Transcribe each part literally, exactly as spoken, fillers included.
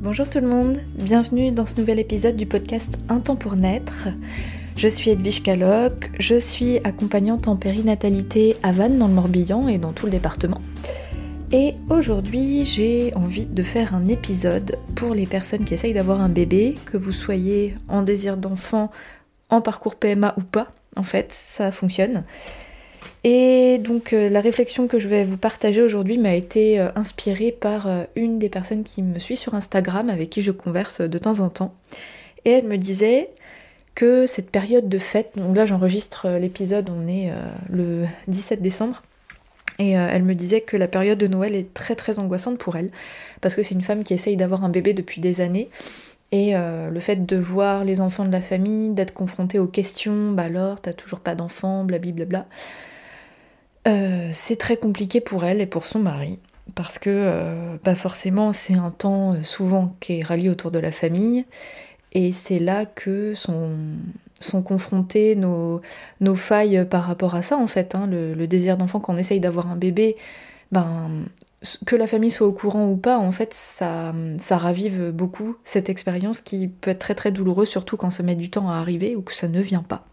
Bonjour tout le monde, bienvenue dans ce nouvel épisode du podcast Un temps pour naître. Je suis Edwige Caloc, je suis accompagnante en périnatalité à Vannes dans le Morbihan et dans tout le département. Et aujourd'hui j'ai envie de faire un épisode pour les personnes qui essayent d'avoir un bébé, que vous soyez en désir d'enfant, en parcours P M A ou pas, en fait ça fonctionne. Et donc euh, la réflexion que je vais vous partager aujourd'hui m'a été euh, inspirée par euh, une des personnes qui me suit sur Instagram, avec qui je converse de temps en temps. Et elle me disait que cette période de fête, donc là j'enregistre l'épisode, on est euh, le dix-sept décembre, et euh, elle me disait que la période de Noël est très très angoissante pour elle, parce que c'est une femme qui essaye d'avoir un bébé depuis des années, et euh, le fait de voir les enfants de la famille, d'être confrontée aux questions, bah alors t'as toujours pas d'enfant, blablabla. Euh, c'est très compliqué pour elle et pour son mari, parce que euh, bah forcément c'est un temps euh, souvent qui est rallié autour de la famille, et c'est là que sont, sont confrontées nos, nos failles par rapport à ça en fait, hein, le, le désir d'enfant quand on essaye d'avoir un bébé, ben, que la famille soit au courant ou pas, en fait ça, ça ravive beaucoup cette expérience qui peut être très très douloureuse, surtout quand ça met du temps à arriver ou que ça ne vient pas.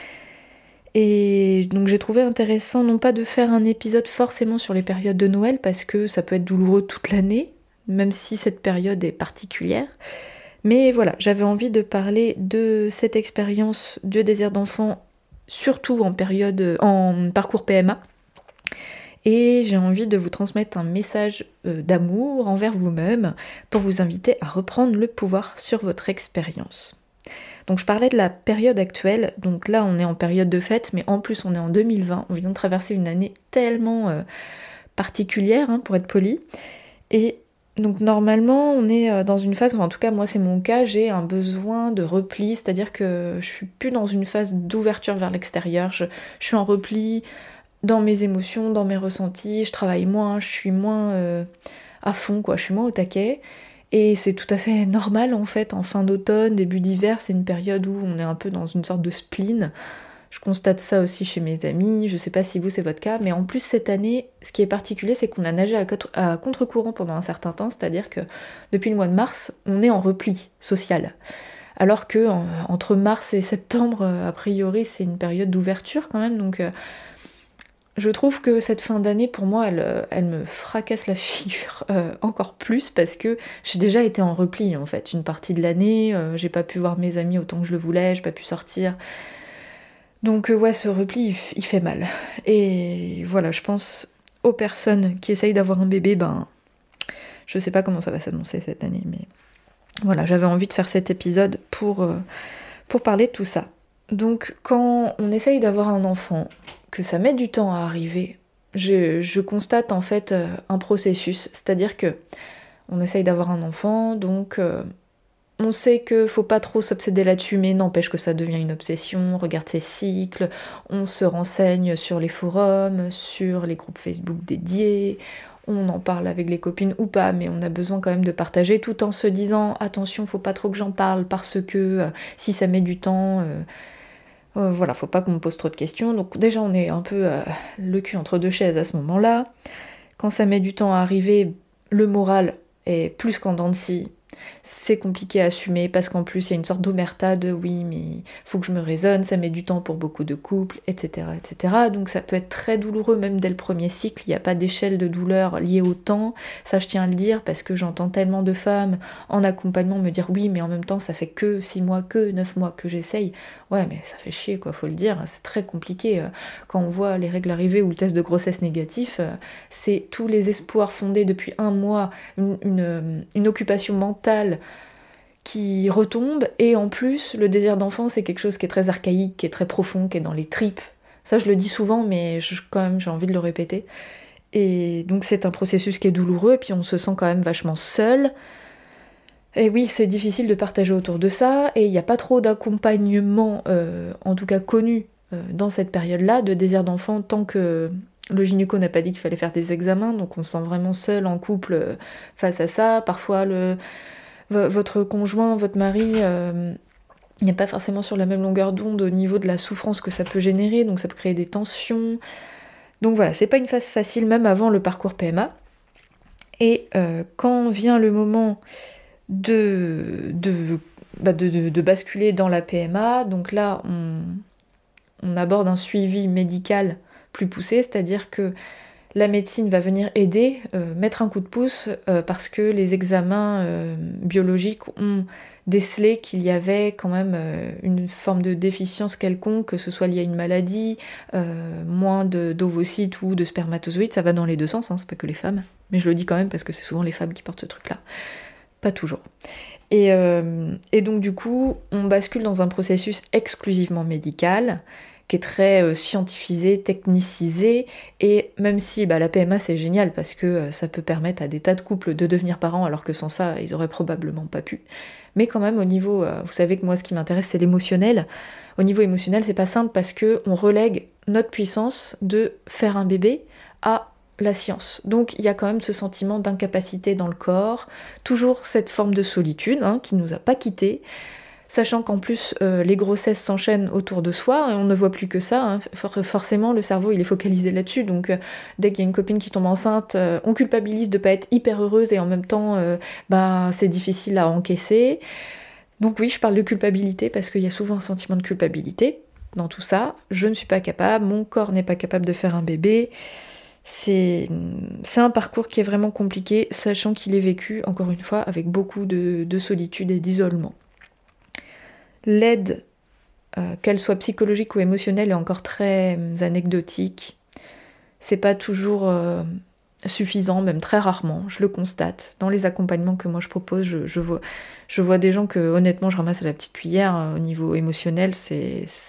Et donc j'ai trouvé intéressant non pas de faire un épisode forcément sur les périodes de Noël, parce que ça peut être douloureux toute l'année, même si cette période est particulière. Mais voilà, j'avais envie de parler de cette expérience de désir d'enfant, surtout en période, en parcours P M A. Et j'ai envie de vous transmettre un message d'amour envers vous-même pour vous inviter à reprendre le pouvoir sur votre expérience. Donc je parlais de la période actuelle, donc là on est en période de fête, mais en plus on est en deux mille vingt, on vient de traverser une année tellement euh, particulière, hein, pour être poli, et donc normalement on est dans une phase, enfin, en tout cas moi c'est mon cas, j'ai un besoin de repli, c'est-à-dire que je suis plus dans une phase d'ouverture vers l'extérieur, je, je suis en repli dans mes émotions, dans mes ressentis, je travaille moins, je suis moins euh, à fond, quoi, je suis moins au taquet. Et c'est tout à fait normal en fait, en fin d'automne, début d'hiver, c'est une période où on est un peu dans une sorte de spleen. Je constate ça aussi chez mes amis, je sais pas si vous c'est votre cas, mais en plus cette année, ce qui est particulier, c'est qu'on a nagé à contre-courant pendant un certain temps, c'est-à-dire que depuis le mois de mars, on est en repli social. Alors que en, entre mars et septembre, a priori, c'est une période d'ouverture quand même, donc... Euh, Je trouve que cette fin d'année, pour moi, elle, elle me fracasse la figure euh, encore plus, parce que j'ai déjà été en repli, en fait. Une partie de l'année, euh, j'ai pas pu voir mes amis autant que je le voulais, j'ai pas pu sortir. Donc euh, ouais, ce repli, il, f- il fait mal. Et voilà, je pense aux personnes qui essayent d'avoir un bébé, ben... Je sais pas comment ça va s'annoncer cette année, mais... Voilà, j'avais envie de faire cet épisode pour, euh, pour parler de tout ça. Donc quand on essaye d'avoir un enfant, que ça met du temps à arriver, je, je constate en fait euh, un processus, c'est-à-dire que on essaye d'avoir un enfant, donc euh, on sait que faut pas trop s'obséder là-dessus, mais n'empêche que ça devient une obsession, on regarde ses cycles, on se renseigne sur les forums, sur les groupes Facebook dédiés, on en parle avec les copines ou pas, mais on a besoin quand même de partager, tout en se disant attention, faut pas trop que j'en parle, parce que euh, si ça met du temps... Euh, Euh, voilà, faut pas qu'on me pose trop de questions. Donc déjà on est un peu euh, le cul entre deux chaises à ce moment-là. Quand ça met du temps à arriver, le moral est plus qu'en dents de scie. C'est compliqué à assumer parce qu'en plus il y a une sorte d'omerta de oui mais faut que je me raisonne, ça met du temps pour beaucoup de couples, et cetera et cetera. Donc ça peut être très douloureux même dès le premier cycle, il n'y a pas d'échelle de douleur liée au temps, ça je tiens à le dire parce que j'entends tellement de femmes en accompagnement me dire oui mais en même temps ça fait que six mois, que neuf mois que j'essaye. Ouais mais ça fait chier quoi, faut le dire, c'est très compliqué. Quand on voit les règles arriver ou le test de grossesse négatif, c'est tous les espoirs fondés depuis un mois, une, une, une occupation mentale qui retombe, et en plus le désir d'enfant c'est quelque chose qui est très archaïque, qui est très profond, qui est dans les tripes. Ça je le dis souvent mais je, quand même j'ai envie de le répéter. Et donc c'est un processus qui est douloureux et puis on se sent quand même vachement seul. Et oui, c'est difficile de partager autour de ça, et il n'y a pas trop d'accompagnement, euh, en tout cas connu, euh, dans cette période-là, de désir d'enfant, tant que le gynéco n'a pas dit qu'il fallait faire des examens, donc on se sent vraiment seul en couple euh, face à ça. Parfois, le, v- votre conjoint, votre mari, euh, n'est pas forcément sur la même longueur d'onde au niveau de la souffrance que ça peut générer, donc ça peut créer des tensions. Donc voilà, c'est pas une phase facile, même avant le parcours P M A. Et euh, quand vient le moment de, de, bah de, de, de basculer dans la P M A. Donc là, on, on aborde un suivi médical plus poussé, c'est-à-dire que la médecine va venir aider, euh, mettre un coup de pouce, euh, parce que les examens euh, biologiques ont décelé qu'il y avait quand même euh, une forme de déficience quelconque, que ce soit lié à une maladie, euh, moins de, d'ovocytes ou de spermatozoïdes, ça va dans les deux sens, hein, c'est pas que les femmes, mais je le dis quand même parce que c'est souvent les femmes qui portent ce truc-là. Pas toujours. Et, euh, et donc du coup, on bascule dans un processus exclusivement médical, qui est très euh, scientifisé, technicisé, et même si bah, la P M A c'est génial parce que euh, ça peut permettre à des tas de couples de devenir parents alors que sans ça ils auraient probablement pas pu, mais quand même au niveau, euh, vous savez que moi ce qui m'intéresse c'est l'émotionnel, au niveau émotionnel c'est pas simple parce que on relègue notre puissance de faire un bébé à la science. Donc il y a quand même ce sentiment d'incapacité dans le corps, toujours cette forme de solitude hein, qui nous a pas quittés, sachant qu'en plus euh, les grossesses s'enchaînent autour de soi et on ne voit plus que ça, hein. For- forcément le cerveau il est focalisé là-dessus, donc euh, dès qu'il y a une copine qui tombe enceinte, euh, on culpabilise de pas être hyper heureuse et en même temps euh, bah, c'est difficile à encaisser. Donc oui, je parle de culpabilité parce qu'il y a souvent un sentiment de culpabilité dans tout ça. Je ne suis pas capable, mon corps n'est pas capable de faire un bébé. C'est, c'est un parcours qui est vraiment compliqué, sachant qu'il est vécu, encore une fois, avec beaucoup de, de solitude et d'isolement. L'aide, euh, qu'elle soit psychologique ou émotionnelle, est encore très euh, anecdotique. C'est pas toujours euh, suffisant, même très rarement, je le constate. Dans les accompagnements que moi je propose, je, je, vois, je vois des gens que honnêtement je ramasse à la petite cuillère. Euh, au niveau émotionnel, c'est... c'est...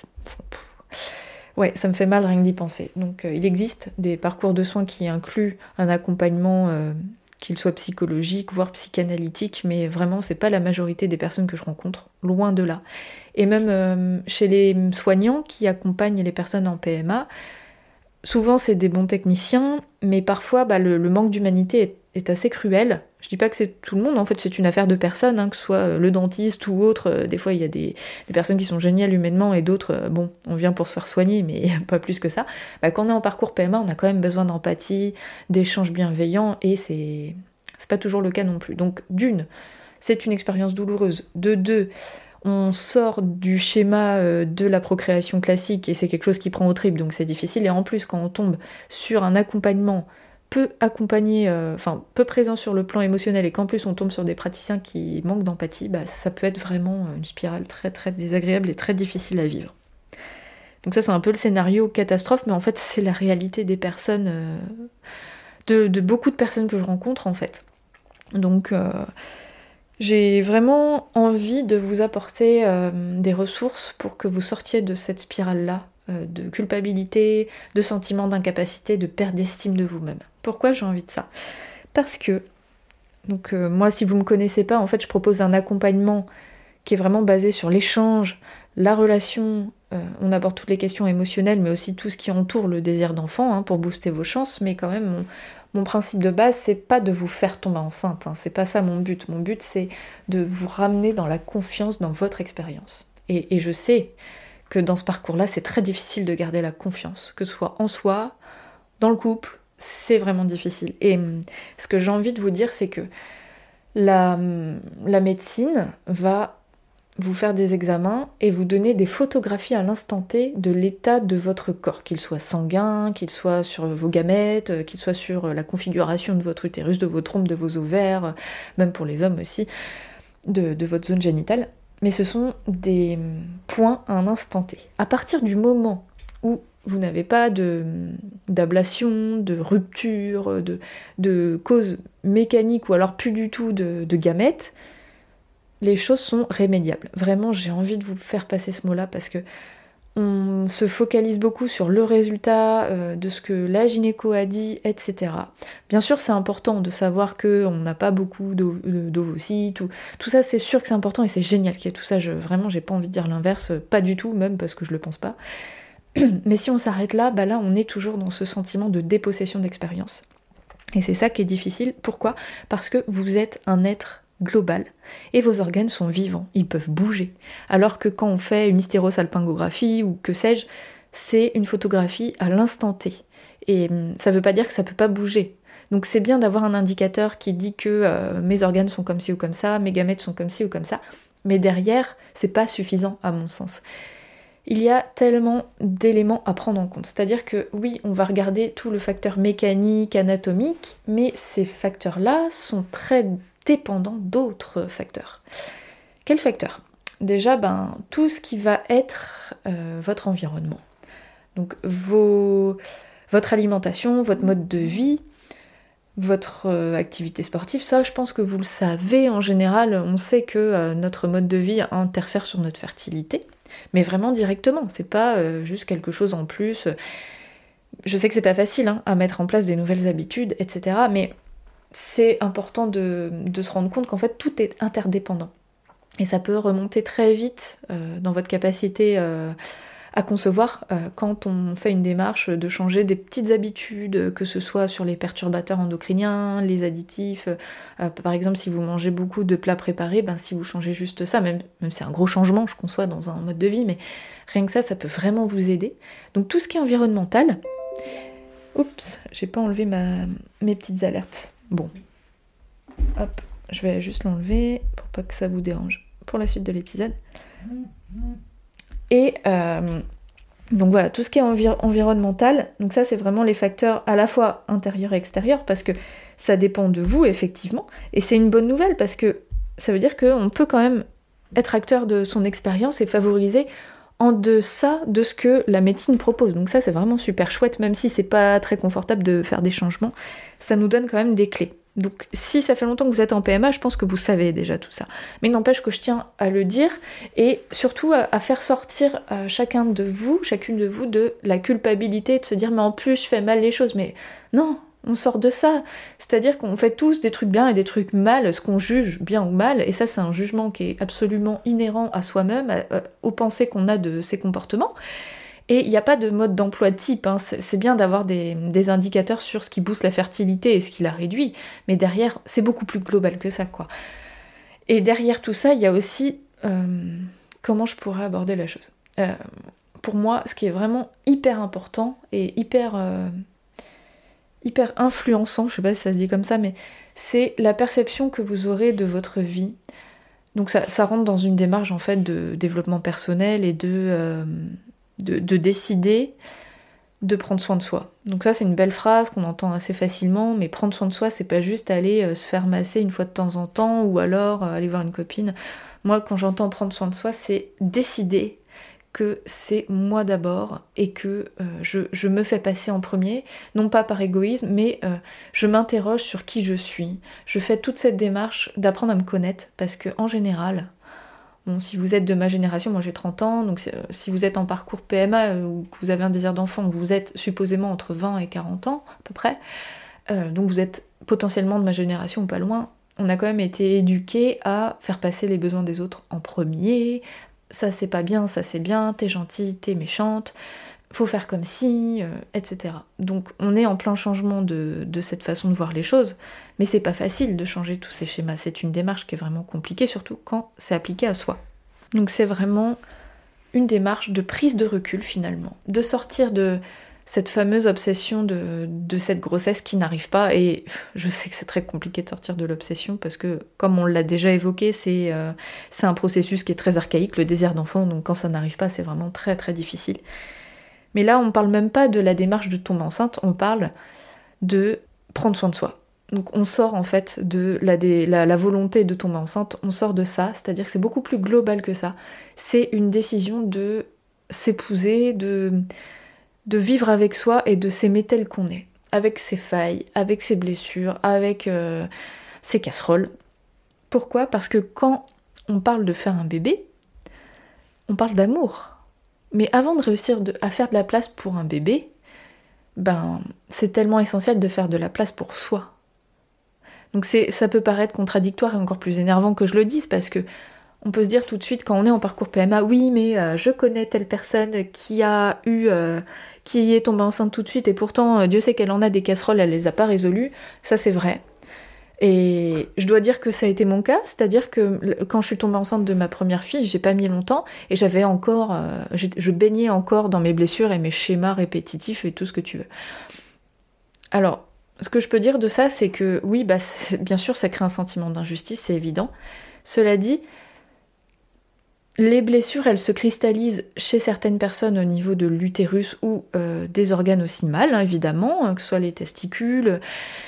Ouais, ça me fait mal rien que d'y penser. Donc euh, il existe des parcours de soins qui incluent un accompagnement, euh, qu'il soit psychologique, voire psychanalytique, mais vraiment c'est pas la majorité des personnes que je rencontre, loin de là. Et même euh, chez les soignants qui accompagnent les personnes en P M A, souvent c'est des bons techniciens, mais parfois bah, le, le manque d'humanité est, est assez cruel. Je dis pas que c'est tout le monde, en fait c'est une affaire de personnes, hein, que ce soit le dentiste ou autre. Euh, des fois il y a des, des personnes qui sont géniales humainement et d'autres, euh, bon, on vient pour se faire soigner, mais pas plus que ça. Bah, quand on est en parcours P M A, on a quand même besoin d'empathie, d'échanges bienveillants, et c'est, c'est pas toujours le cas non plus. Donc d'une, c'est une expérience douloureuse. De deux, on sort du schéma euh, de la procréation classique et c'est quelque chose qui prend au tripes, donc c'est difficile. Et en plus, quand on tombe sur un accompagnement peu accompagné, euh, enfin peu présent sur le plan émotionnel et qu'en plus on tombe sur des praticiens qui manquent d'empathie, bah, ça peut être vraiment une spirale très très désagréable et très difficile à vivre. Donc ça c'est un peu le scénario catastrophe, mais en fait c'est la réalité des personnes, euh, de, de beaucoup de personnes que je rencontre en fait. Donc euh, j'ai vraiment envie de vous apporter euh, des ressources pour que vous sortiez de cette spirale-là, euh, de culpabilité, de sentiment d'incapacité, de perte d'estime de vous-même. Pourquoi j'ai envie de ça ? Parce que, donc euh, moi si vous me connaissez pas, en fait je propose un accompagnement qui est vraiment basé sur l'échange, la relation, euh, on aborde toutes les questions émotionnelles, mais aussi tout ce qui entoure le désir d'enfant, hein, pour booster vos chances, mais quand même mon, mon principe de base, c'est pas de vous faire tomber enceinte, hein, c'est pas ça mon but. Mon but, c'est de vous ramener dans la confiance dans votre expérience. Et, et je sais que dans ce parcours-là, c'est très difficile de garder la confiance, que ce soit en soi, dans le couple, c'est vraiment difficile. Et ce que j'ai envie de vous dire, c'est que la, la médecine va vous faire des examens et vous donner des photographies à l'instant T de l'état de votre corps, qu'il soit sanguin, qu'il soit sur vos gamètes, qu'il soit sur la configuration de votre utérus, de vos trompes, de vos ovaires, même pour les hommes aussi, de, de votre zone génitale. Mais ce sont des points à un instant T. À partir du moment où vous n'avez pas de, d'ablation, de rupture, de, de cause mécanique ou alors plus du tout de, de gamètes, les choses sont rémédiables. Vraiment, j'ai envie de vous faire passer ce mot-là parce que on se focalise beaucoup sur le résultat euh, de ce que la gynéco a dit, et cetera. Bien sûr, c'est important de savoir qu'on n'a pas beaucoup d'ovocytes, ou... tout ça, c'est sûr que c'est important et c'est génial qu'il y ait tout ça. Je... Vraiment, j'ai pas envie de dire l'inverse, pas du tout, même parce que je le pense pas. Mais si on s'arrête là, bah là, on est toujours dans ce sentiment de dépossession d'expérience. Et c'est ça qui est difficile. Pourquoi ? Parce que vous êtes un être global et vos organes sont vivants, ils peuvent bouger. Alors que quand on fait une hystérosalpingographie ou que sais-je, c'est une photographie à l'instant T. Et ça veut pas dire que ça peut pas bouger. Donc c'est bien d'avoir un indicateur qui dit que euh, mes organes sont comme ci ou comme ça, mes gamètes sont comme ci ou comme ça, mais derrière, c'est pas suffisant à mon sens. Il y a tellement d'éléments à prendre en compte. C'est-à-dire que oui, on va regarder tout le facteur mécanique, anatomique, mais ces facteurs-là sont très dépendants d'autres facteurs. Quels facteurs ? Déjà, ben, tout ce qui va être euh, votre environnement. Donc vos, votre alimentation, votre mode de vie, votre euh, activité sportive, ça je pense que vous le savez en général, on sait que euh, notre mode de vie interfère sur notre fertilité, mais vraiment directement, c'est pas euh, juste quelque chose en plus. Je sais que c'est pas facile hein, à mettre en place des nouvelles habitudes, et cetera, mais c'est important de, de se rendre compte qu'en fait tout est interdépendant. Et ça peut remonter très vite euh, dans votre capacité euh, à concevoir euh, quand on fait une démarche de changer des petites habitudes, que ce soit sur les perturbateurs endocriniens, les additifs. Euh, par exemple, si vous mangez beaucoup de plats préparés, ben, si vous changez juste ça, même, même si c'est un gros changement, je conçois, dans un mode de vie, mais rien que ça, ça peut vraiment vous aider. Donc tout ce qui est environnemental... Oups, j'ai pas enlevé ma... mes petites alertes. Bon. Hop, je vais juste l'enlever pour pas que ça vous dérange pour la suite de l'épisode. Et euh, donc voilà, tout ce qui est envir- environnemental, donc ça c'est vraiment les facteurs à la fois intérieurs et extérieurs, parce que ça dépend de vous effectivement, et c'est une bonne nouvelle parce que ça veut dire qu'on peut quand même être acteur de son expérience et favoriser en deçà de ce que la médecine propose. Donc ça c'est vraiment super chouette, même si c'est pas très confortable de faire des changements, ça nous donne quand même des clés. Donc si ça fait longtemps que vous êtes en P M A, je pense que vous savez déjà tout ça. Mais il n'empêche que je tiens à le dire, et surtout à, à faire sortir euh, chacun de vous, chacune de vous, de la culpabilité, de se dire mais en plus je fais mal les choses. Mais non, on sort de ça. C'est-à-dire qu'on fait tous des trucs bien et des trucs mal, ce qu'on juge bien ou mal, et ça c'est un jugement qui est absolument inhérent à soi-même, à, à, aux pensées qu'on a de ses comportements. Et il n'y a pas de mode d'emploi type, hein. c'est, c'est bien d'avoir des, des indicateurs sur ce qui booste la fertilité et ce qui la réduit, mais derrière, c'est beaucoup plus global que ça, quoi. Et derrière tout ça, il y a aussi... Euh, comment je pourrais aborder la chose euh, Pour moi, ce qui est vraiment hyper important et hyper, euh, hyper influençant, je sais pas si ça se dit comme ça, mais c'est la perception que vous aurez de votre vie. Donc ça, ça rentre dans une démarche, en fait, de développement personnel et de... Euh, De, de décider de prendre soin de soi. Donc ça c'est une belle phrase qu'on entend assez facilement, mais prendre soin de soi c'est pas juste aller euh, se faire masser une fois de temps en temps ou alors euh, aller voir une copine. Moi quand j'entends prendre soin de soi, c'est décider que c'est moi d'abord et que euh, je, je me fais passer en premier, non pas par égoïsme, mais euh, je m'interroge sur qui je suis. Je fais toute cette démarche d'apprendre à me connaître, parce que en général... Bon, si vous êtes de ma génération, moi j'ai trente ans, donc si vous êtes en parcours P M A ou que vous avez un désir d'enfant, vous êtes supposément entre vingt et quarante ans à peu près, euh, donc vous êtes potentiellement de ma génération ou pas loin, on a quand même été éduqués à faire passer les besoins des autres en premier, ça c'est pas bien, ça c'est bien, t'es gentille, t'es méchante, faut faire comme si, euh, et cetera. Donc on est en plein changement de, de cette façon de voir les choses, mais c'est pas facile de changer tous ces schémas, c'est une démarche qui est vraiment compliquée, surtout quand c'est appliqué à soi. Donc c'est vraiment une démarche de prise de recul finalement, de sortir de cette fameuse obsession de, de cette grossesse qui n'arrive pas, et je sais que c'est très compliqué de sortir de l'obsession, parce que comme on l'a déjà évoqué, c'est, euh, c'est un processus qui est très archaïque, le désir d'enfant, donc quand ça n'arrive pas c'est vraiment très très difficile. Mais là, on parle même pas de la démarche de tomber enceinte, on parle de prendre soin de soi. Donc on sort en fait de la, la, la volonté de tomber enceinte, on sort de ça, c'est-à-dire que c'est beaucoup plus global que ça. C'est une décision de s'épouser, de, de vivre avec soi et de s'aimer tel qu'on est, avec ses failles, avec ses blessures, avec euh, ses casseroles. Pourquoi ? Parce que quand on parle de faire un bébé, on parle d'amour. Mais avant de réussir de, à faire de la place pour un bébé, ben, c'est tellement essentiel de faire de la place pour soi. Donc c'est, ça peut paraître contradictoire et encore plus énervant que je le dise, parce que on peut se dire tout de suite quand on est en parcours P M A, oui mais euh, je connais telle personne qui a eu, euh, qui est tombée enceinte tout de suite et pourtant euh, Dieu sait qu'elle en a des casseroles, elle les a pas résolues, ça c'est vrai. Et je dois dire que ça a été mon cas, c'est-à-dire que quand je suis tombée enceinte de ma première fille, j'ai pas mis longtemps, et j'avais encore, euh, je baignais encore dans mes blessures et mes schémas répétitifs et tout ce que tu veux. Alors, Ce que je peux dire de ça, c'est que oui, bah, c'est, bien sûr, ça crée un sentiment d'injustice, c'est évident. Cela dit, les blessures, elles se cristallisent chez certaines personnes au niveau de l'utérus ou euh, des organes aussi mâles, hein, évidemment, hein, que ce soit les testicules.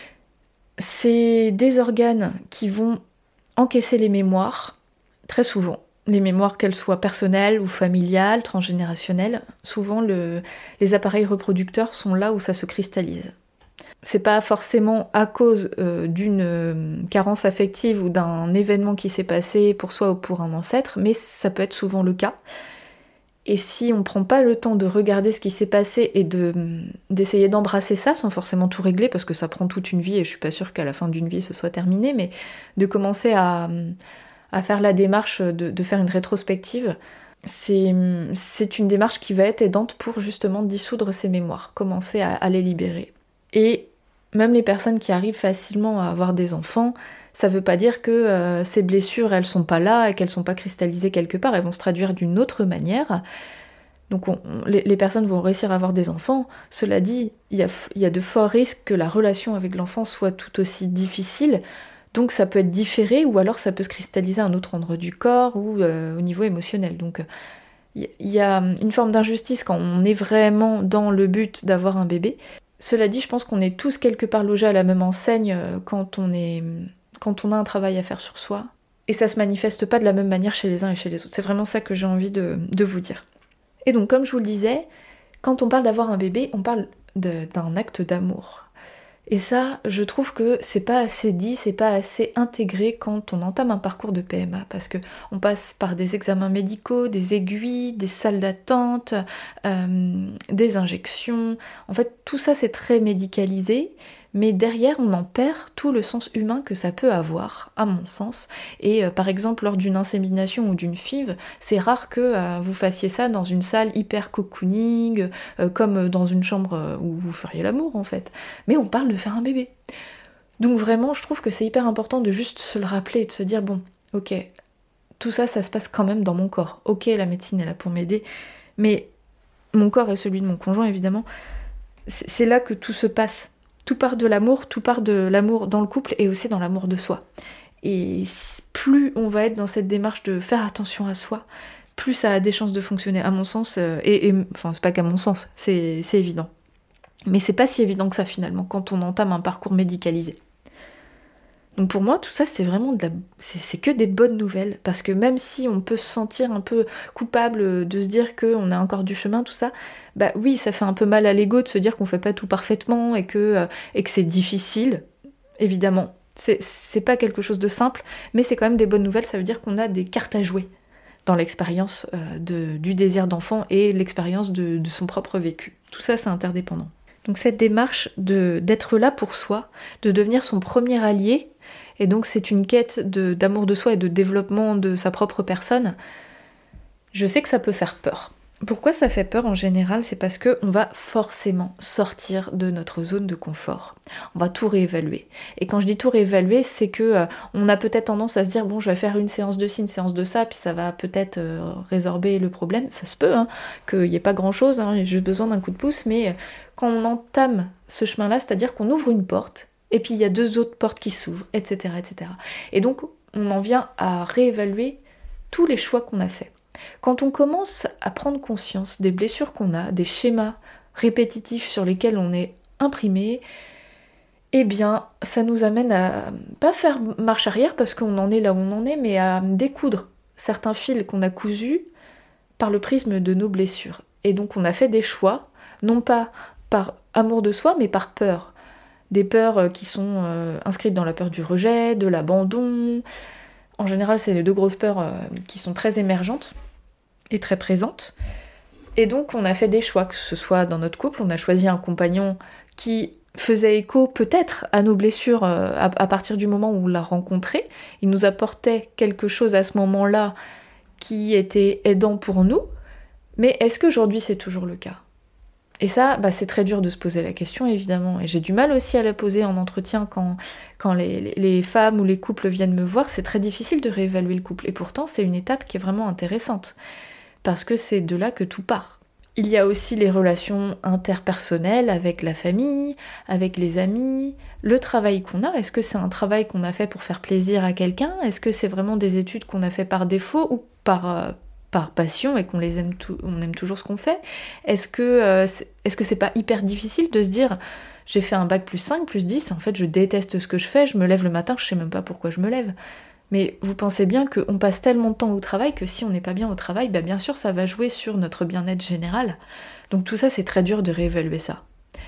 C'est des organes qui vont encaisser les mémoires, très souvent. Les mémoires, qu'elles soient personnelles ou familiales, transgénérationnelles, souvent le, les appareils reproducteurs sont là où ça se cristallise. C'est pas forcément à cause euh, d'une euh, carence affective ou d'un événement qui s'est passé pour soi ou pour un ancêtre, mais ça peut être souvent le cas. Et si on prend pas le temps de regarder ce qui s'est passé et de, d'essayer d'embrasser ça sans forcément tout régler, parce que ça prend toute une vie et je suis pas sûre qu'à la fin d'une vie ce soit terminé, mais de commencer à, à faire la démarche de, de faire une rétrospective, c'est, c'est une démarche qui va être aidante pour justement dissoudre ces mémoires, commencer à, à les libérer. Et même les personnes qui arrivent facilement à avoir des enfants, ça veut pas dire que euh, ces blessures, elles sont pas là et qu'elles sont pas cristallisées quelque part, elles vont se traduire d'une autre manière. Donc on, on, les, les personnes vont réussir à avoir des enfants. Cela dit, il y a, y a de forts risques que la relation avec l'enfant soit tout aussi difficile, donc ça peut être différé ou alors ça peut se cristalliser à un autre endroit du corps ou euh, au niveau émotionnel. Donc il y, y a une forme d'injustice quand on est vraiment dans le but d'avoir un bébé. Cela dit, je pense qu'on est tous quelque part logés à la même enseigne quand on, est, quand on a un travail à faire sur soi. Et ça se manifeste pas de la même manière chez les uns et chez les autres. C'est vraiment ça que j'ai envie de, de vous dire. Et donc, comme je vous le disais, quand on parle d'avoir un bébé, on parle de, d'un acte d'amour. Et ça, je trouve que c'est pas assez dit, c'est pas assez intégré quand on entame un parcours de P M A, parce que on passe par des examens médicaux, des aiguilles, des salles d'attente, euh, des injections. En fait, tout ça c'est très médicalisé, mais derrière on en perd tout le sens humain que ça peut avoir, à mon sens. Et euh, par exemple, lors d'une insémination ou d'une F I V, c'est rare que euh, vous fassiez ça dans une salle hyper cocooning, euh, comme dans une chambre euh, où vous feriez l'amour en fait. Mais on parle de faire un bébé. Donc vraiment, je trouve que c'est hyper important de juste se le rappeler et de se dire, bon, ok, tout ça, ça se passe quand même dans mon corps. Ok, la médecine est là pour m'aider, mais mon corps et celui de mon conjoint, évidemment, c'est, c'est là que tout se passe. Tout part de l'amour, tout part de l'amour dans le couple et aussi dans l'amour de soi. Et plus on va être dans cette démarche de faire attention à soi, plus ça a des chances de fonctionner, à mon sens, et, et enfin c'est pas qu'à mon sens, c'est, c'est évident. Mais c'est pas si évident que ça finalement, quand on entame un parcours médicalisé. Donc pour moi, tout ça, c'est vraiment de la... c'est, c'est que des bonnes nouvelles, parce que même si on peut se sentir un peu coupable de se dire qu'on a encore du chemin, tout ça, bah oui, ça fait un peu mal à l'ego de se dire qu'on fait pas tout parfaitement et que, euh, et que c'est difficile, évidemment. C'est, c'est pas quelque chose de simple, mais c'est quand même des bonnes nouvelles, ça veut dire qu'on a des cartes à jouer dans l'expérience euh, de, du désir d'enfant et l'expérience de, de son propre vécu. Tout ça, c'est interdépendant. Donc cette démarche de, d'être là pour soi, de devenir son premier allié, et donc c'est une quête de, d'amour de soi et de développement de sa propre personne, je sais que ça peut faire peur. Pourquoi ça fait peur en général ? C'est parce qu'on va forcément sortir de notre zone de confort. On va tout réévaluer. Et quand je dis tout réévaluer, c'est que euh, on a peut-être tendance à se dire bon, je vais faire une séance de ci, une séance de ça, puis ça va peut-être euh, résorber le problème. Ça se peut, hein, qu'il n'y ait pas grand-chose, hein, j'ai juste besoin d'un coup de pouce, mais quand on entame ce chemin-là, c'est-à-dire qu'on ouvre une porte, et puis il y a deux autres portes qui s'ouvrent, et cetera, et cetera. Et donc, on en vient à réévaluer tous les choix qu'on a faits. Quand on commence à prendre conscience des blessures qu'on a, des schémas répétitifs sur lesquels on est imprimé, eh bien, ça nous amène à pas faire marche arrière parce qu'on en est là où on en est, mais à découdre certains fils qu'on a cousus par le prisme de nos blessures. Et donc on a fait des choix, non pas par amour de soi, mais par peur. Des peurs qui sont euh, inscrites dans la peur du rejet, de l'abandon. En général, c'est les deux grosses peurs euh, qui sont très émergentes et très présentes. Et donc, on a fait des choix, que ce soit dans notre couple, on a choisi un compagnon qui faisait écho peut-être à nos blessures euh, à, à partir du moment où on l'a rencontré. Il nous apportait quelque chose à ce moment-là qui était aidant pour nous. Mais est-ce qu'aujourd'hui, c'est toujours le cas ? Et ça, bah, c'est très dur de se poser la question, évidemment. Et j'ai du mal aussi à la poser en entretien quand, quand les, les, les femmes ou les couples viennent me voir. C'est très difficile de réévaluer le couple. Et pourtant, c'est une étape qui est vraiment intéressante. Parce que c'est de là que tout part. Il y a aussi les relations interpersonnelles avec la famille, avec les amis, le travail qu'on a. Est-ce que c'est un travail qu'on a fait pour faire plaisir à quelqu'un? Est-ce que c'est vraiment des études qu'on a fait par défaut ou par, euh, par passion et qu'on les aime, tout, on aime toujours ce qu'on fait? Est-ce que, euh, c'est, est-ce que c'est pas hyper difficile de se dire j'ai fait un bac plus cinq, plus dix, et en fait je déteste ce que je fais, je me lève le matin, je sais même pas pourquoi je me lève. Mais vous pensez bien qu'on passe tellement de temps au travail que si on n'est pas bien au travail, bah bien sûr ça va jouer sur notre bien-être général. Donc tout ça c'est très dur de réévaluer ça.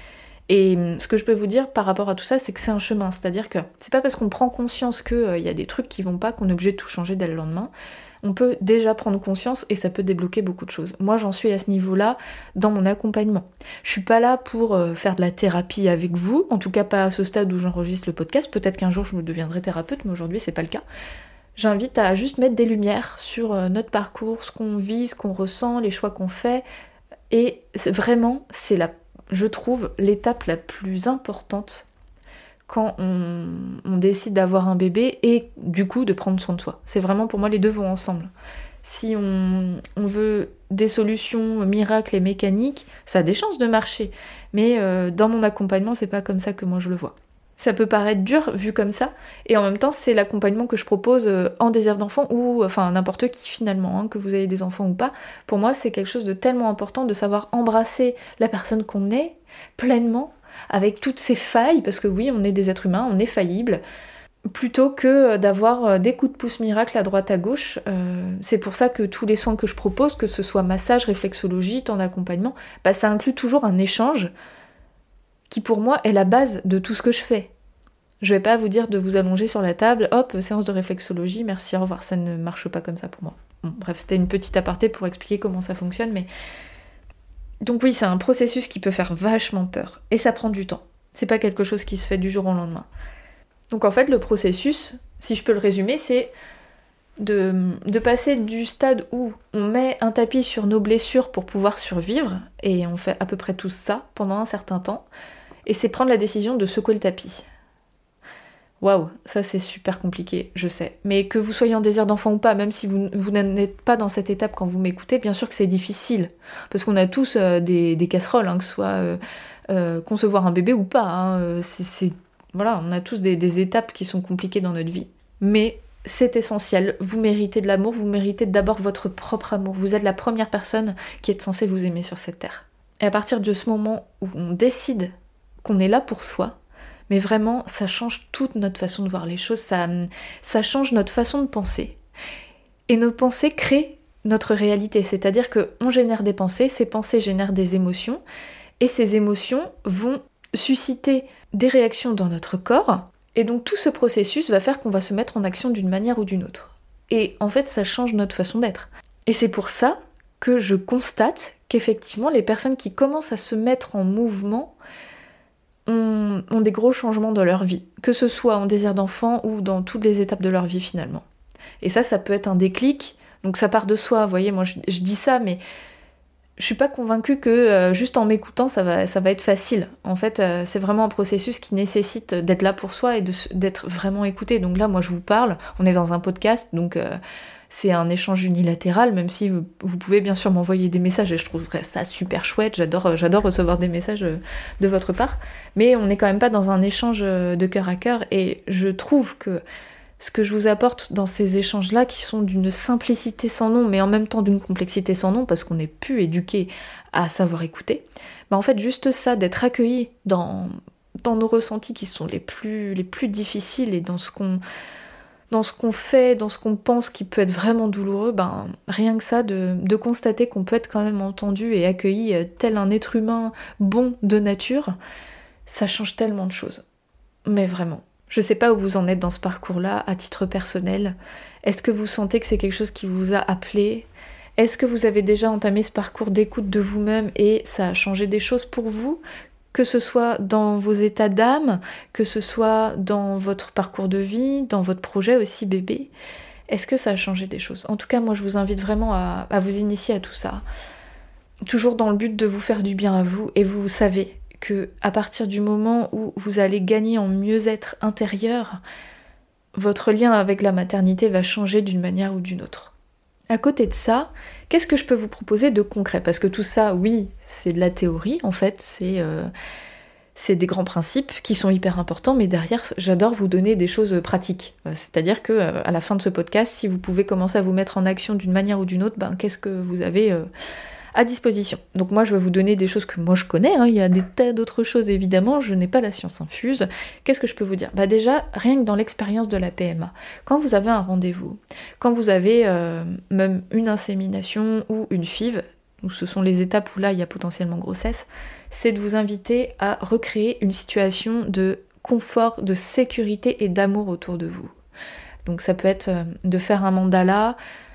Et ce que je peux vous dire par rapport à tout ça, c'est que c'est un chemin, c'est-à-dire que c'est pas parce qu'on prend conscience qu'il euh, y a des trucs qui vont pas qu'on est obligé de tout changer dès le lendemain. On peut déjà prendre conscience et ça peut débloquer beaucoup de choses. Moi j'en suis à ce niveau-là dans mon accompagnement. Je suis pas là pour euh, faire de la thérapie avec vous, en tout cas pas à ce stade où j'enregistre le podcast, peut-être qu'un jour je me deviendrai thérapeute, mais aujourd'hui c'est pas le cas. J'invite à juste mettre des lumières sur euh, notre parcours, ce qu'on vit, ce qu'on ressent, les choix qu'on fait, et c'est, vraiment c'est la, je trouve l'étape la plus importante quand on, on décide d'avoir un bébé et du coup de prendre soin de soi. C'est vraiment pour moi les deux vont ensemble. Si on, on veut des solutions miracles et mécaniques, ça a des chances de marcher. Mais euh, dans mon accompagnement, c'est pas comme ça que moi je le vois. Ça peut paraître dur vu comme ça, et en même temps c'est l'accompagnement que je propose en désir d'enfant ou enfin n'importe qui finalement, hein, que vous ayez des enfants ou pas. Pour moi c'est quelque chose de tellement important de savoir embrasser la personne qu'on est pleinement, avec toutes ses failles, parce que oui, on est des êtres humains, on est faillible, plutôt que d'avoir des coups de pouce miracles à droite à gauche. Euh, c'est pour ça que tous les soins que je propose, que ce soit massage, réflexologie, temps d'accompagnement, bah, ça inclut toujours un échange qui pour moi est la base de tout ce que je fais. Je vais pas vous dire de vous allonger sur la table, hop, séance de réflexologie, merci, au revoir, ça ne marche pas comme ça pour moi. Bon, bref, c'était une petite aparté pour expliquer comment ça fonctionne, mais... Donc oui, c'est un processus qui peut faire vachement peur, et ça prend du temps. C'est pas quelque chose qui se fait du jour au lendemain. Donc en fait, le processus, si je peux le résumer, c'est de, de passer du stade où on met un tapis sur nos blessures pour pouvoir survivre, et on fait à peu près tous ça pendant un certain temps, et c'est prendre la décision de secouer le tapis. Waouh, ça c'est super compliqué, je sais. Mais que vous soyez en désir d'enfant ou pas, même si vous, vous n'êtes pas dans cette étape quand vous m'écoutez, bien sûr que c'est difficile. Parce qu'on a tous euh, des, des casseroles, hein, que ce soit euh, euh, concevoir un bébé ou pas. Hein, c'est, c'est, voilà, on a tous des, des étapes qui sont compliquées dans notre vie. Mais c'est essentiel, vous méritez de l'amour, vous méritez d'abord votre propre amour. Vous êtes la première personne qui est censée vous aimer sur cette terre. Et à partir de ce moment où on décide qu'on est là pour soi, mais vraiment, ça change toute notre façon de voir les choses, ça, ça change notre façon de penser. Et nos pensées créent notre réalité, c'est-à-dire qu'on génère des pensées, ces pensées génèrent des émotions, et ces émotions vont susciter des réactions dans notre corps, et donc tout ce processus va faire qu'on va se mettre en action d'une manière ou d'une autre. Et en fait, ça change notre façon d'être. Et c'est pour ça que je constate qu'effectivement, les personnes qui commencent à se mettre en mouvement ont, ont des gros changements dans leur vie, que ce soit en désir d'enfant ou dans toutes les étapes de leur vie finalement. Et ça, ça peut être un déclic, donc ça part de soi, vous voyez, moi je, je dis ça, mais je suis pas convaincue que euh, juste en m'écoutant, ça va, ça va être facile. En fait, euh, c'est vraiment un processus qui nécessite d'être là pour soi et de, d'être vraiment écouté. Donc là, moi je vous parle, on est dans un podcast, donc... Euh, c'est un échange unilatéral, même si vous, vous pouvez bien sûr m'envoyer des messages, et je trouverais ça super chouette, j'adore, j'adore recevoir des messages de votre part, mais on n'est quand même pas dans un échange de cœur à cœur, et je trouve que ce que je vous apporte dans ces échanges-là, qui sont d'une simplicité sans nom, mais en même temps d'une complexité sans nom, parce qu'on n'est plus éduqué à savoir écouter, bah en fait juste ça, d'être accueilli dans, dans nos ressentis qui sont les plus, les plus difficiles, et dans ce qu'on... dans ce qu'on fait, dans ce qu'on pense qui peut être vraiment douloureux, ben rien que ça, de, de constater qu'on peut être quand même entendu et accueilli tel un être humain bon de nature, ça change tellement de choses. Mais vraiment. Je sais pas où vous en êtes dans ce parcours-là, à titre personnel. Est-ce que vous sentez que c'est quelque chose qui vous a appelé ? Est-ce que vous avez déjà entamé ce parcours d'écoute de vous-même et ça a changé des choses pour vous ? Que ce soit dans vos états d'âme, que ce soit dans votre parcours de vie, dans votre projet aussi bébé, est-ce que ça a changé des choses ? En tout cas, moi je vous invite vraiment à, à vous initier à tout ça, toujours dans le but de vous faire du bien à vous, et vous savez que à partir du moment où vous allez gagner en mieux-être intérieur, votre lien avec la maternité va changer d'une manière ou d'une autre. À côté de ça, Qu'est-ce que je peux vous proposer de concret ? Parce que tout ça, oui, c'est de la théorie, en fait, c'est, euh, c'est des grands principes qui sont hyper importants, mais derrière, j'adore vous donner des choses pratiques. C'est-à-dire que euh, à la fin de ce podcast, si vous pouvez commencer à vous mettre en action d'une manière ou d'une autre, ben, qu'est-ce que vous avez euh, à disposition. Donc moi, je vais vous donner des choses que moi je connais, hein. Il y a des tas d'autres choses, évidemment, je n'ai pas la science infuse. Qu'est-ce que je peux vous dire ? Bah déjà, rien que dans l'expérience de la P M A, quand vous avez un rendez-vous, quand vous avez euh, même une insémination ou une F I V, où ce sont les étapes où là, il y a potentiellement grossesse, c'est de vous inviter à recréer une situation de confort, de sécurité et d'amour autour de vous. Donc ça peut être euh, de faire un mandala,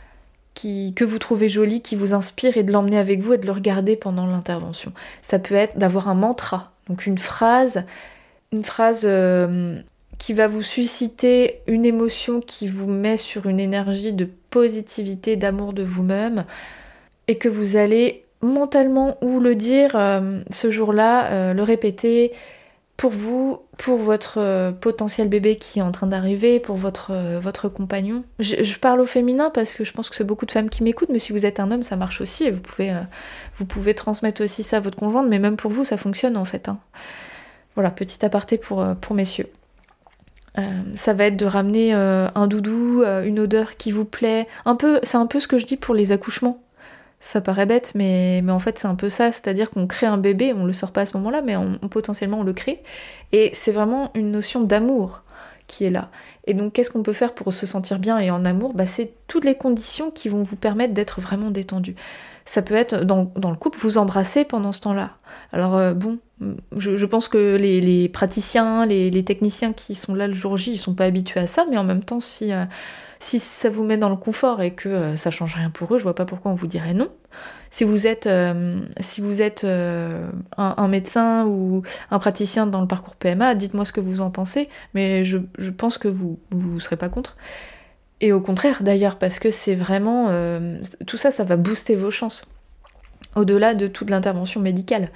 Qui, que vous trouvez joli, qui vous inspire et de l'emmener avec vous et de le regarder pendant l'intervention. Ça peut être d'avoir un mantra, donc une phrase, une phrase euh, qui va vous susciter une émotion qui vous met sur une énergie de positivité, d'amour de vous-même et que vous allez mentalement ou le dire euh, ce jour-là, euh, le répéter pour vous, pour votre euh, potentiel bébé qui est en train d'arriver, pour votre, euh, votre compagnon. Je, je parle au féminin parce que je pense que c'est beaucoup de femmes qui m'écoutent, mais si vous êtes un homme, ça marche aussi, et vous pouvez, euh, vous pouvez transmettre aussi ça à votre conjointe, mais même pour vous, ça fonctionne en fait. Hein. Voilà, petit aparté pour, euh, pour messieurs. Euh, ça va être de ramener euh, un doudou, euh, une odeur qui vous plaît. Un peu, c'est un peu ce que je dis pour les accouchements. Ça paraît bête, mais, mais en fait c'est un peu ça, c'est-à-dire qu'on crée un bébé, on le sort pas à ce moment-là, mais on, on, potentiellement on le crée, et c'est vraiment une notion d'amour qui est là. Et donc qu'est-ce qu'on peut faire pour se sentir bien et en amour ? Bah, c'est toutes les conditions qui vont vous permettre d'être vraiment détendu. Ça peut être, dans, dans le couple, vous embrasser pendant ce temps-là. Alors euh, bon, je, je pense que les, les praticiens, les, les techniciens qui sont là le jour J, ils sont pas habitués à ça, mais en même temps, si... Euh, Si ça vous met dans le confort et que euh, ça change rien pour eux, je vois pas pourquoi on vous dirait non. Si vous êtes, euh, si vous êtes euh, un, un médecin ou un praticien dans le parcours P M A, dites-moi ce que vous en pensez, mais je, je pense que vous vous serez pas contre. Et au contraire d'ailleurs, parce que c'est vraiment... Euh, tout ça, ça va booster vos chances, au-delà de toute l'intervention médicale.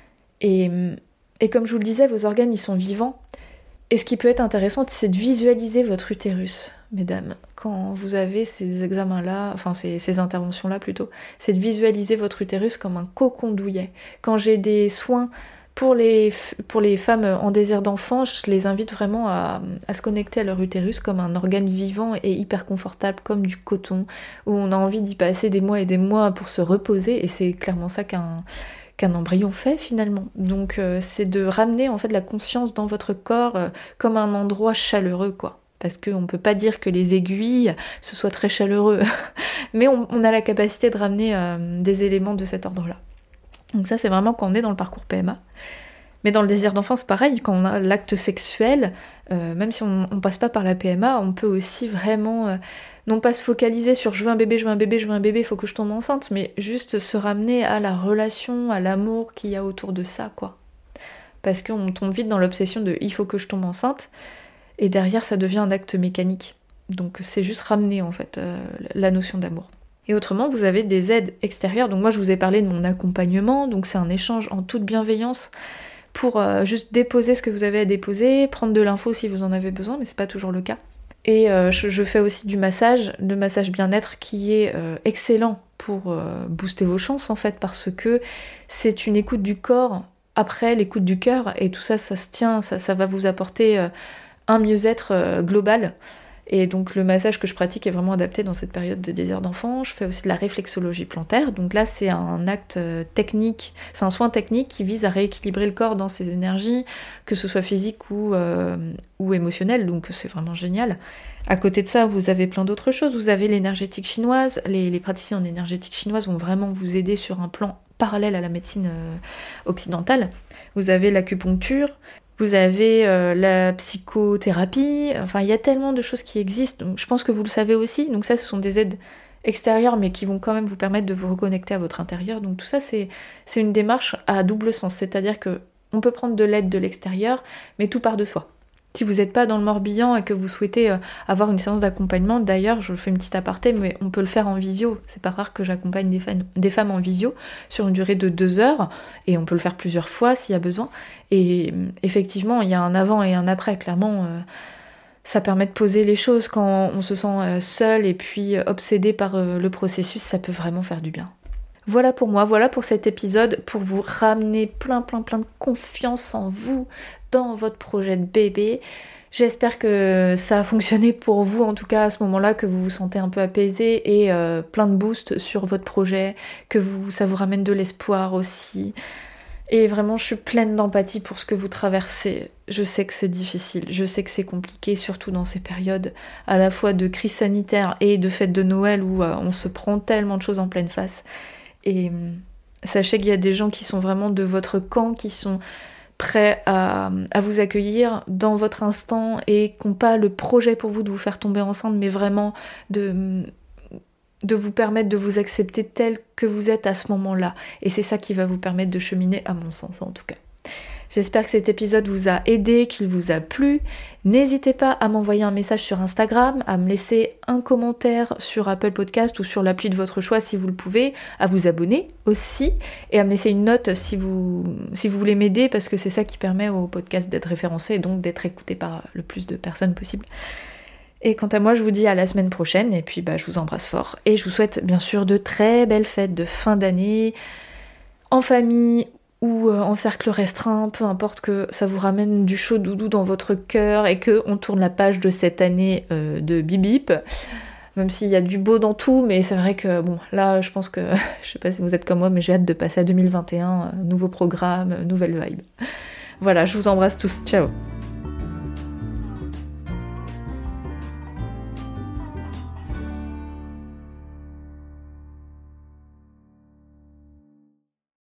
Et, et comme je vous le disais, vos organes, ils sont vivants. Et ce qui peut être intéressant, c'est de visualiser votre utérus, mesdames, quand vous avez ces examens-là, enfin ces, ces interventions-là plutôt, c'est de visualiser votre utérus comme un cocon douillet. Quand j'ai des soins pour les, pour les femmes en désir d'enfant, je les invite vraiment à, à se connecter à leur utérus comme un organe vivant et hyper confortable, comme du coton, où on a envie d'y passer des mois et des mois pour se reposer, et c'est clairement ça qu'un... qu'un embryon fait finalement. Donc euh, c'est de ramener en fait la conscience dans votre corps euh, comme un endroit chaleureux, quoi. Parce qu'on ne peut pas dire que les aiguilles, ce soit très chaleureux. Mais on, on a la capacité de ramener euh, des éléments de cet ordre-là. Donc ça, c'est vraiment quand on est dans le parcours P M A. Mais dans le désir d'enfant, c'est pareil, quand on a l'acte sexuel, euh, même si on ne passe pas par la P M A, on peut aussi vraiment... Euh, non pas se focaliser sur je veux un bébé, je veux un bébé, je veux un bébé, il faut que je tombe enceinte, mais juste se ramener à la relation, à l'amour qu'il y a autour de ça, quoi. Parce qu'on tombe vite dans l'obsession de il faut que je tombe enceinte, et derrière ça devient un acte mécanique. Donc c'est juste ramener en fait euh, la notion d'amour. Et autrement, vous avez des aides extérieures. Donc moi je vous ai parlé de mon accompagnement, donc c'est un échange en toute bienveillance pour euh, juste déposer ce que vous avez à déposer, prendre de l'info si vous en avez besoin, mais c'est pas toujours le cas. Et euh, je, je fais aussi du massage, le massage bien-être qui est euh, excellent pour euh, booster vos chances en fait, parce que c'est une écoute du corps après l'écoute du cœur, et tout ça, ça se tient, ça, ça va vous apporter euh, un mieux-être euh, global. Et donc le massage que je pratique est vraiment adapté dans cette période de désir d'enfant. Je fais aussi de la réflexologie plantaire, donc là c'est un acte technique, c'est un soin technique qui vise à rééquilibrer le corps dans ses énergies, que ce soit physique ou, euh, ou émotionnel, donc c'est vraiment génial. À côté de ça, vous avez plein d'autres choses, vous avez l'énergétique chinoise, les, les praticiens en énergétique chinoise vont vraiment vous aider sur un plan parallèle à la médecine euh, occidentale. Vous avez l'acupuncture, vous avez euh, la psychothérapie, enfin il y a tellement de choses qui existent, donc je pense que vous le savez aussi, donc ça ce sont des aides extérieures mais qui vont quand même vous permettre de vous reconnecter à votre intérieur, donc tout ça c'est, c'est une démarche à double sens, c'est-à-dire que on peut prendre de l'aide de l'extérieur, mais tout part de soi. Si vous n'êtes pas dans le Morbihan et que vous souhaitez euh, avoir une séance d'accompagnement, d'ailleurs je fais une petite aparté, mais on peut le faire en visio, c'est pas rare que j'accompagne des, fan- des femmes en visio sur une durée de deux heures, et on peut le faire plusieurs fois s'il y a besoin, et effectivement il y a un avant et un après, clairement, euh, Ça permet de poser les choses quand on se sent seul et puis obsédé par le processus, ça peut vraiment faire du bien. Voilà pour moi, voilà pour cet épisode, pour vous ramener plein plein plein de confiance en vous, dans votre projet de bébé. J'espère que ça a fonctionné pour vous, en tout cas à ce moment-là, que vous vous sentez un peu apaisé et euh, plein de boost sur votre projet, que vous, ça vous ramène de l'espoir aussi. Et vraiment, je suis pleine d'empathie pour ce que vous traversez. Je sais que c'est difficile, je sais que c'est compliqué, surtout dans ces périodes à la fois de crise sanitaire et de fête de Noël où euh, on se prend tellement de choses en pleine face. Et euh, sachez qu'il y a des gens qui sont vraiment de votre camp, qui sont prêts à, à vous accueillir dans votre instant et qui n'ont pas le projet pour vous de vous faire tomber enceinte, mais vraiment de... de vous permettre de vous accepter tel que vous êtes à ce moment-là. Et c'est ça qui va vous permettre de cheminer, à mon sens en tout cas. J'espère que cet épisode vous a aidé, qu'il vous a plu. N'hésitez pas à m'envoyer un message sur Instagram, à me laisser un commentaire sur Apple Podcast ou sur l'appli de votre choix si vous le pouvez, à vous abonner aussi, et à me laisser une note si vous, si vous voulez m'aider, parce que c'est ça qui permet au podcast d'être référencé et donc d'être écouté par le plus de personnes possible. Et quant à moi, je vous dis à la semaine prochaine, et puis bah, je vous embrasse fort. Et je vous souhaite bien sûr de très belles fêtes de fin d'année, en famille ou en cercle restreint, peu importe, que ça vous ramène du chaud doudou dans votre cœur et qu'on tourne la page de cette année euh, de bip-bip. Même s'il y a du beau dans tout, mais c'est vrai que bon, là je pense que, je sais pas si vous êtes comme moi, mais j'ai hâte de passer à deux mille vingt et un, euh, nouveau programme, nouvelle vibe. Voilà, je vous embrasse tous, ciao.